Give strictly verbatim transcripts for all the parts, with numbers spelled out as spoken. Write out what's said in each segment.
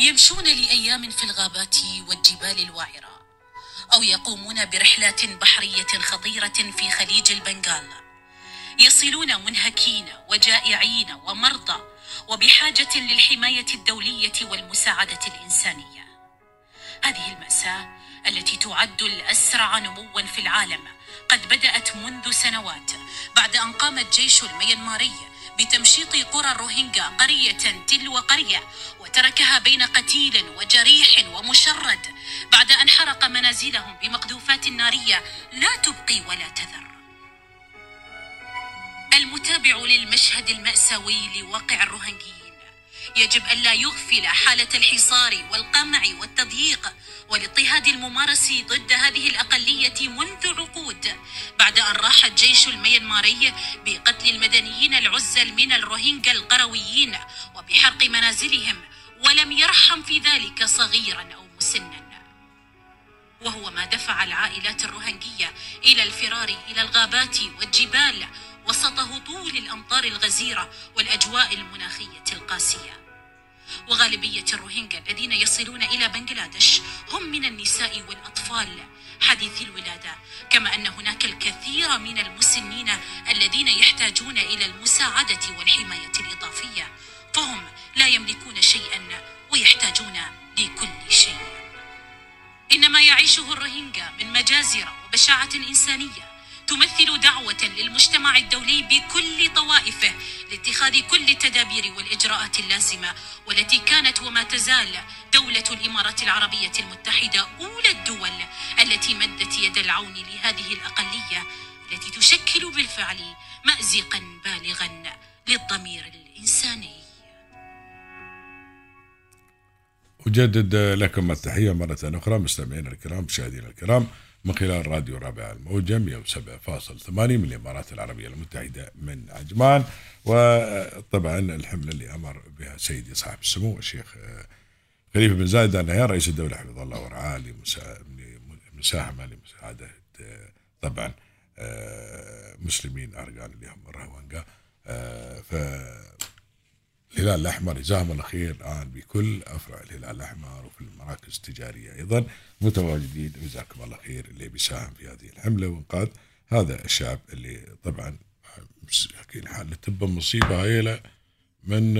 يمشون لأيام في الغابات والجبال الوعرة، أو يقومون برحلات بحرية خطيرة في خليج البنغال. يصلون منهكين وجائعين ومرضى وبحاجة للحماية الدولية والمساعدة الإنسانية. هذه المأساة التي تعد الأسرع نموا في العالم قد بدأت منذ سنوات، بعد أن قام الجيش الميانماري بتمشيط قرى الروهينجا قرية تلو قرية، وتركها بين قتيل وجريح ومشرد، بعد أن حرق منازلهم بمقذوفات نارية لا تبقي ولا تذر. المتابع للمشهد المأساوي لواقع الروهينجيين يجب ألا يغفل حالة الحصار والقمع والتضييق والاضطهاد الممارس ضد هذه الأقلية منذ عقود، بعد أن راح الجيش الميانماري بقتل المدنيين العزل من الروهينجا القرويين وبحرق منازلهم، ولم يرحم في ذلك صغيرا أو مسنا، وهو ما دفع العائلات الروهينجية إلى الفرار إلى الغابات والجبال وسط هطول الأمطار الغزيرة والأجواء المناخية القاسية. وغالبية الروهينجا الذين يصلون إلى بنغلاديش هم من النساء والأطفال حديثي الولادة، كما أن هناك الكثير من المسنين الذين يحتاجون إلى المساعدة والحماية الإضافية، فهم لا يملكون شيئا ويحتاجون لكل شيء. إن ما يعيشه الروهينجا من مجازر وبشاعة إنسانية تمثل دعوة للمجتمع الدولي بكل طوائفه لاتخاذ كل التدابير والإجراءات اللازمة، والتي كانت وما تزال دولة الإمارات العربية المتحدة أولى الدول التي مدت يد العون لهذه الأقلية التي تشكل بالفعل مأزقا بالغا للضمير الإنساني. أجدد لكم التحية مرة أخرى مستمعينا الكرام مشاهدينا الكرام من خلال راديو رابع الموجة مئة وسبعة فاصلة ثمانية من الإمارات العربية المتحدة من عجمان. وطبعا الحملة اللي أمر بها سيدي صاحب السمو الشيخ خليفة بن زايد آل نهيان رئيس الدولة حفظه الله ورعاه لمساهمة لمساعدة طبعا مسلمين أرغان اللي هم الروهينجا. ف الهلال الأحمر جزاهم الله خير الآن بكل أفرع الهلال الأحمر وفي المراكز التجارية أيضا متواجدين، جزاكم الله خير اللي بيساهم في هذه الحملة وإنقاذ هذا الشعب اللي طبعا مساكين حالة تبا مصيبة هايلة من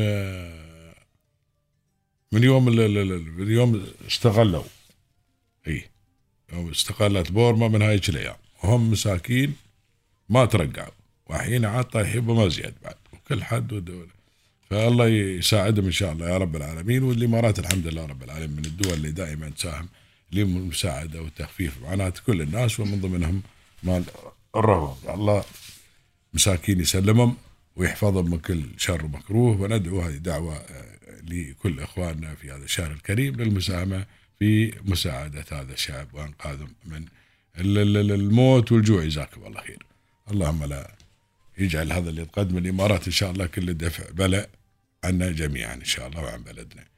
من يوم اليوم استغلوا إيه يوم استقلت بورما من هاي الأيام وهم مساكين ما ترقعوا، وحين عاد طايحين بما زياد بعد وكل حد ودولة. فالله يساعدهم إن شاء الله يا رب العالمين. والإمارات الحمد لله رب العالمين من الدول اللي دائما تساهم للمساعدة والتخفيف معاناة كل الناس ومن ضمنهم مال الروهينجا. الله مساكين يسلمهم ويحفظهم من كل شر ومكروه، وندعو هذه دعوة لكل إخواننا في هذا الشهر الكريم للمساهمة في مساعدة هذا الشعب وإنقاذهم من الموت والجوع. جزاكم الله خير. اللهم لا يجعل هذا اللي يتقدم الإمارات إن شاء الله كل دفع بلاء عنا جميعا إن شاء الله وعن بلدنا.